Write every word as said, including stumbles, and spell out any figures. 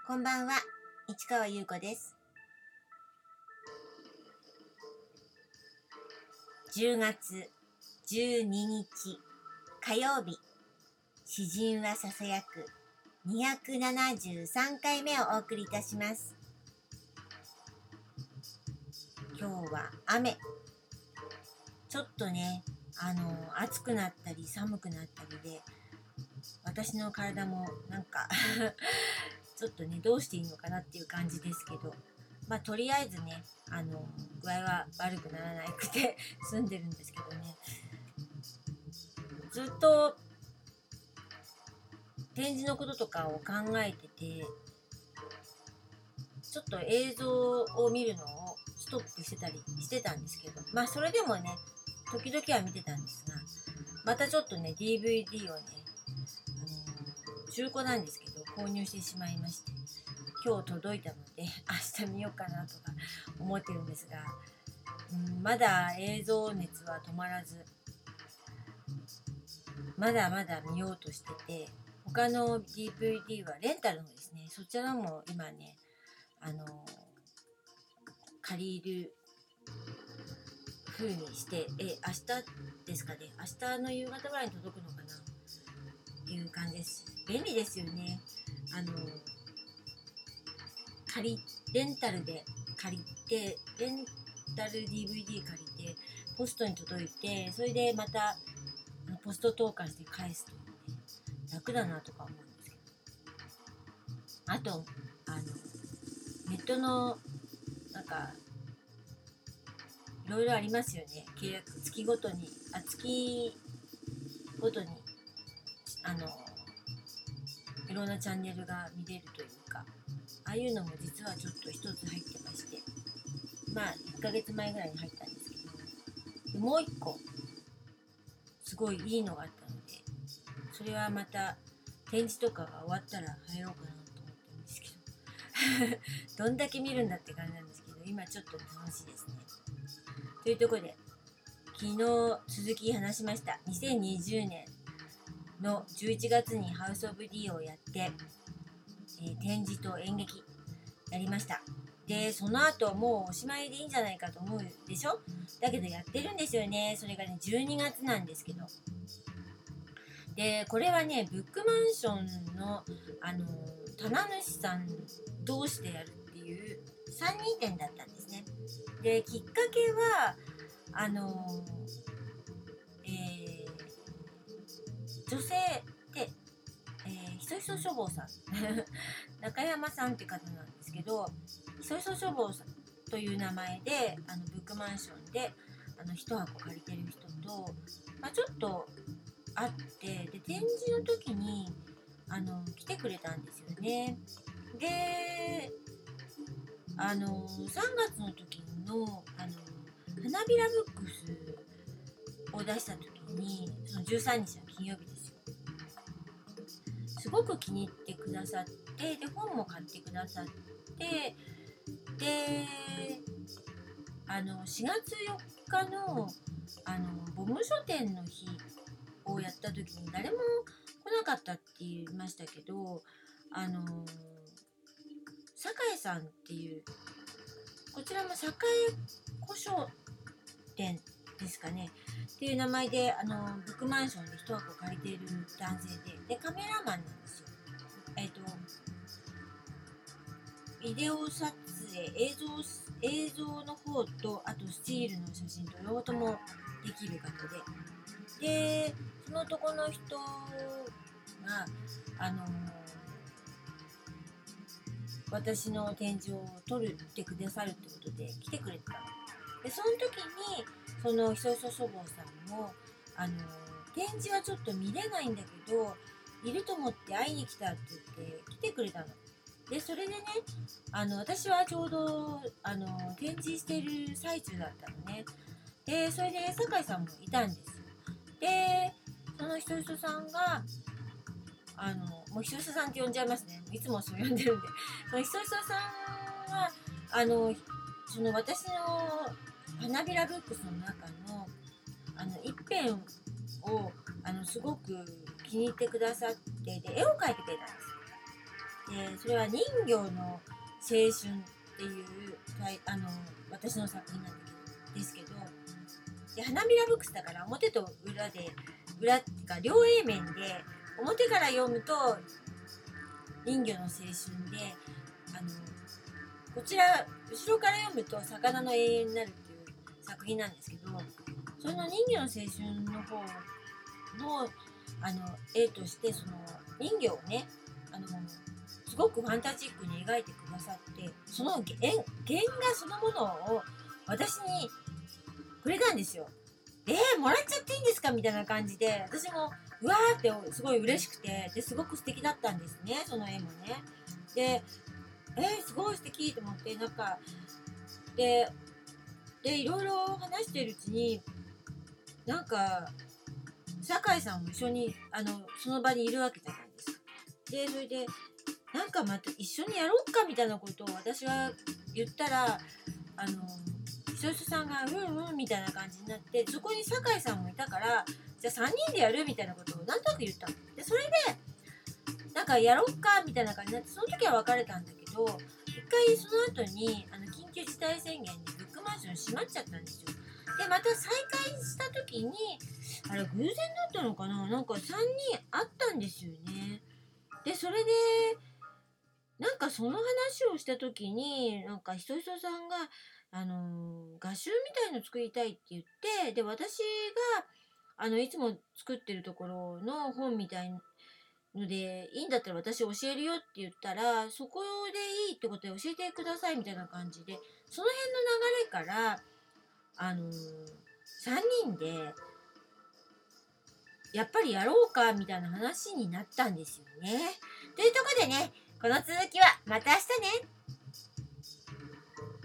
こんばんは、市川優子です。じゅうがつじゅうににち火曜日、詩人はささやくにひゃくななじゅうさんかいめをお送りいたします。今日は雨。ちょっとね、あの暑くなったり寒くなったりで、私の体もなんかちょっとね、どうしていいのかなっていう感じですけど、まあとりあえずね、あの具合は悪くならなくて済んでるんですけどね。ずっと展示のこととかを考えてて、ちょっと映像を見るのをストップしてたりしてたんですけど、まあそれでもね、時々は見てたんですが、またちょっとね ディーブイディー をね、あの中古なんですけど購入してしまいまして、今日届いたので明日見ようかなとか思ってるんですが、うん、まだ映像熱は止まらず、まだまだ見ようとしてて、他の ディーブイディー はレンタルのですね、そちらも今ね、あの借りる風にして、え明日ですかね、明日の夕方ぐらいに届くのかなっていう感じです。便利ですよね。あの借りレンタルで借りて、レンタル ディーブイディー 借りてポストに届いて、それでまたポスト投函して返すというね、楽だなとか思うんですけど、あとあのネットのなんかいろいろありますよね。契約月ごとにあ月ごとにあのいろんなチャンネルが見れるというか、ああいうのも実はちょっと一つ入ってまして、まあいっかげつまえぐらいに入ったんですけど、でもう一個すごいいいのがあったので、それはまた展示とかが終わったら入ろうかなと思ってるんですけどどんだけ見るんだって感じなんですけど、今ちょっと楽しいですね。というところで、昨日続き話しました。にせんにじゅうねんのじゅういちがつにハウスオブ D をやって、えー、展示と演劇やりました。で、その後もうおしまいでいいんじゃないかと思うでしょ。だけどやってるんですよね。それがね、じゅうにがつなんですけど。で、これはね、ブックマンションの、あのー、棚主さん同士でやるっていうさんにんてんだったんですね。で、きっかけは、あのー、えー、女性で、えー、ひそひそ書房さん中山さんって方なんですけど、ひそひそ書房さんという名前であのブックマンションであの一箱借りてる人と、まあ、ちょっと会って、で展示の時にあの来てくれたんですよね。で、あのさんがつの時のあの花びらブックスを出した時に、そのじゅうさんにちの金曜日ですよ、すごく気に入ってくださって、で本も買ってくださって、であのしがつよっかのあのボム書店の日をやった時に誰も来なかったって言いましたけど、あの酒井さんっていう、こちらも酒井古書店ですかねっていう名前で、あのブックマンションで一箱借りている男性で、でカメラマンなんですよ。えっ、ー、とビデオ撮影、映像映像の方と、あとスチールの写真と両方ともできる方で、でその男の人があのー、私の展示を撮るってくださるってことで来てくれた。でその時にそのひそひそ書房さんも、あのー、展示はちょっと見れないんだけどいると思って会いに来たって言って来てくれたの。でそれでね、あの私はちょうどあの展示してる最中だったのね。でそれで酒井さんもいたんです。でそのひそひそさんが、あのもうひそひそさんって呼んじゃいますね、いつもそう呼んでるんで。そのひそひそさんがあのその私の花びらブックスの中のあの一辺をあのすごく気に入ってくださって、で絵を描いてくれたんです。 て、それは人魚の青春っていうあの私の作品なんですけど、で花びらブックスだから表と裏で裏っていうか両 A 面で、表から読むと人魚の青春で、あのこちら後ろから読むと魚の永遠になるっていう作品なんですけど、その人魚の青春の方のあの絵として、その人魚をね、あのすごくファンタジックに描いてくださって、その原画そのものを私にくれたんですよ。えー、もらっちゃっていいんですかみたいな感じで、私もうわーってすごい嬉しくて、ですごく素敵だったんですね、その絵もね。で、えー、すごい素敵と思って、なんかででいろいろ話してるうちに、なんか酒井さんも一緒にあのその場にいるわけじゃないですか。でそれでなんかまた一緒にやろうかみたいなことを私は言ったら、あのひそひそさんがうんうんみたいな感じになって、そこに酒井さんもいたから、じゃあさんにんでやるみたいなことをなんとなく言ったので、それでなんかやろうかみたいな感じになって、その時は別れたんだけど、一回その後にあの緊急事態宣言でブックマンション閉まっちゃったんですよ。でまた再開した時に、あれ偶然だったのかな、なんかさんにん会ったんですよね。でそれでなんかその話をした時に、なんかひそひそさんがあの画集みたいの作りたいって言って、で私があのいつも作ってるところの本みたいのでいいんだったら私教えるよって言ったら、そこでいいってことで教えてくださいみたいな感じで、その辺の流れからあのさんにんでやっぱりやろうかみたいな話になったんですよね。というところでね、この続きはまた明日ね。